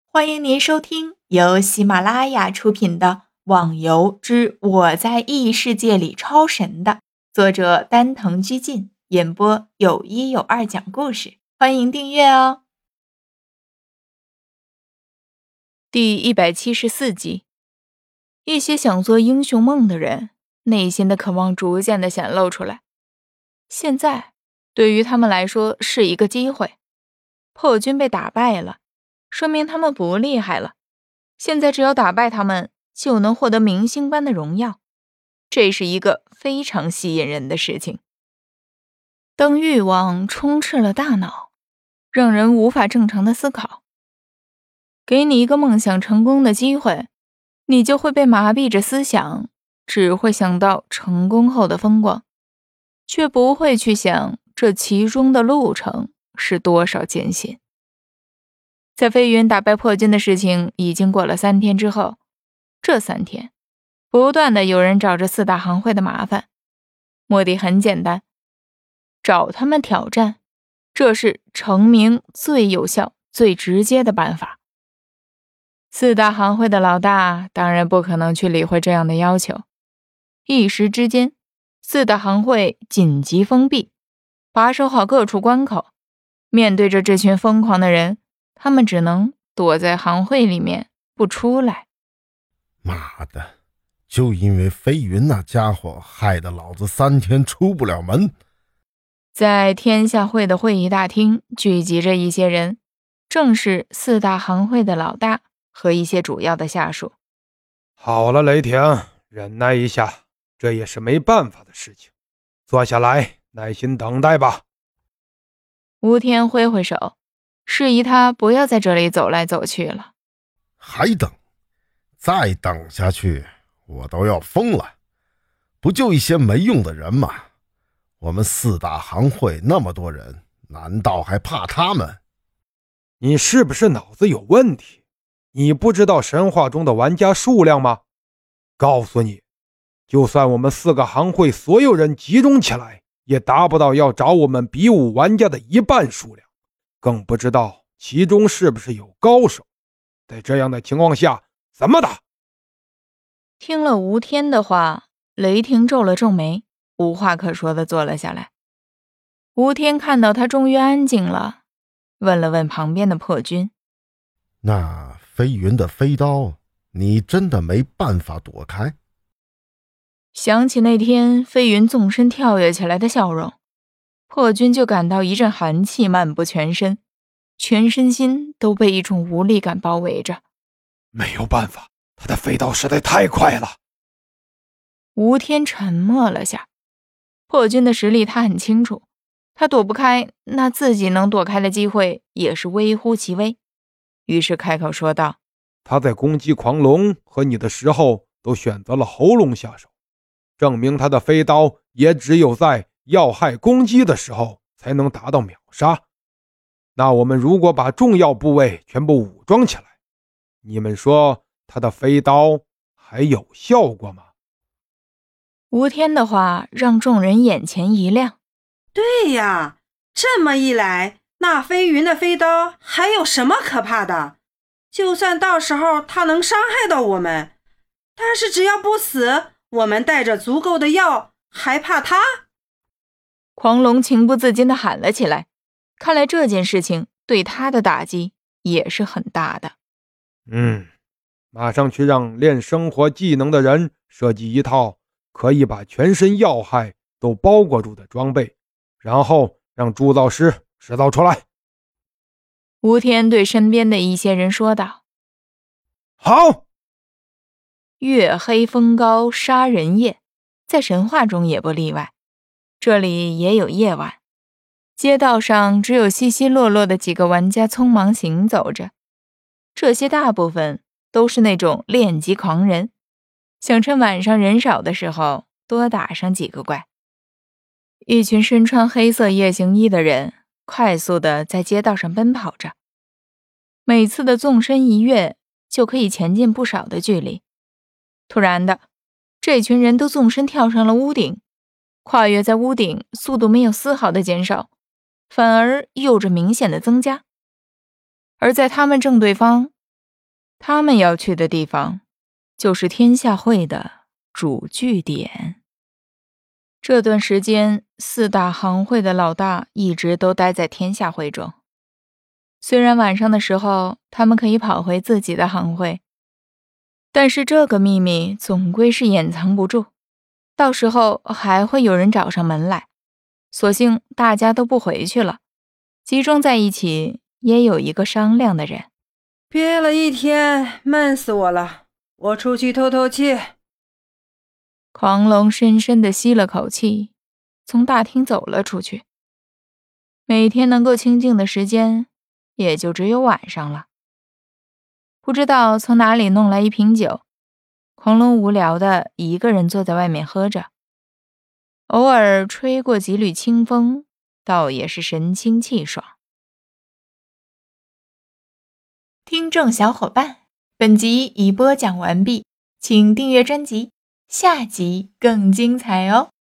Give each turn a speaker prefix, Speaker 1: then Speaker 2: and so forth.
Speaker 1: 欢迎您收听由喜马拉雅出品的《网游之我在异世界里超神》的作者丹藤居进，演播有一有二讲故事。欢迎订阅哦。第174集，一些想做英雄梦的人，内心的渴望逐渐地显露出来。现在，对于他们来说是一个机会。破军被打败了，说明他们不厉害了。现在只要打败他们，就能获得明星般的荣耀。这是一个非常吸引人的事情。当欲望充斥了大脑，让人无法正常的思考，给你一个梦想成功的机会，你就会被麻痹着思想，只会想到成功后的风光，却不会去想这其中的路程是多少艰辛。在飞云打败破军的事情已经过了3天之后，这3天不断的有人找着四大行会的麻烦，目的很简单，找他们挑战，这是成名最有效最直接的办法。四大行会的老大当然不可能去理会这样的要求，一时之间四大行会紧急封闭，把守好各处关口。面对着这群疯狂的人，他们只能躲在行会里面不出来。
Speaker 2: 妈的，就因为飞云那家伙害得老子3天出不了门。
Speaker 1: 在天下会的会议大厅聚集着一些人，正是四大行会的老大和一些主要的下属。
Speaker 3: 好了，雷霆，忍耐一下，这也是没办法的事情。坐下来，耐心等待吧。
Speaker 1: 吴天挥挥手，示意他不要在这里走来走去了。
Speaker 2: 还等？再等下去，我都要疯了。不就一些没用的人吗？我们四大行会那么多人，难道还怕他们？
Speaker 3: 你是不是脑子有问题？你不知道神话中的玩家数量吗？告诉你，就算我们4个行会所有人集中起来，也达不到要找我们比武玩家的1半数量，更不知道其中是不是有高手。在这样的情况下，怎么打？
Speaker 1: 听了吴天的话，雷霆皱了皱眉，无话可说地坐了下来。吴天看到他终于安静了，问了问旁边的破军：
Speaker 2: 那飞云的飞刀，你真的没办法躲开？
Speaker 1: 想起那天飞云纵身跳跃起来的笑容，破军就感到一阵寒气漫布全身，全身心都被一种无力感包围着。
Speaker 3: 没有办法，他的飞刀实在太快了。
Speaker 1: 吴天沉默了下，破军的实力他很清楚，他躲不开，那自己能躲开的机会也是微乎其微，于是开口说道：
Speaker 3: 他在攻击狂龙和你的时候都选择了喉咙下手，证明他的飞刀也只有在要害攻击的时候才能达到秒杀。那我们如果把重要部位全部武装起来，你们说他的飞刀还有效果吗？
Speaker 1: 吴天的话让众人眼前一亮。
Speaker 4: 对呀，这么一来，那飞云的飞刀还有什么可怕的？就算到时候他能伤害到我们，但是只要不死，我们带着足够的药，还怕他？
Speaker 1: 狂龙情不自禁地喊了起来，看来这件事情对他的打击也是很大的。
Speaker 3: 马上去让练生活技能的人设计一套可以把全身要害都包裹住的装备，然后让铸造师制造出来。
Speaker 1: 吴天对身边的一些人说道：
Speaker 3: 好。
Speaker 1: 月黑风高杀人夜，在神话中也不例外，这里也有夜晚，街道上只有稀稀落落的几个玩家匆忙行走着，这些大部分都是那种练级狂人，想趁晚上人少的时候多打上几个怪。一群身穿黑色夜行衣的人快速地在街道上奔跑着，每次的纵身一跃就可以前进不少的距离。突然的，这群人都纵身跳上了屋顶，跨越在屋顶，速度没有丝毫的减少，反而有着明显的增加。而在他们正对方， 他们要去的地方就是天下会的主据点。这段时间4大行会的老大一直都待在天下会中，虽然晚上的时候他们可以跑回自己的行会，但是这个秘密总归是掩藏不住，到时候还会有人找上门来，索性大家都不回去了，集中在一起也有一个商量的人。
Speaker 4: 憋了一天，闷死我了，我出去透透气。
Speaker 1: 狂龙深深地吸了口气，从大厅走了出去。每天能够清静的时间也就只有晚上了。不知道从哪里弄来一瓶酒，狂龙无聊的一个人坐在外面喝着，偶尔吹过几缕清风，倒也是神清气爽。听众小伙伴，本集已播讲完毕，请订阅专辑，下集更精彩哦。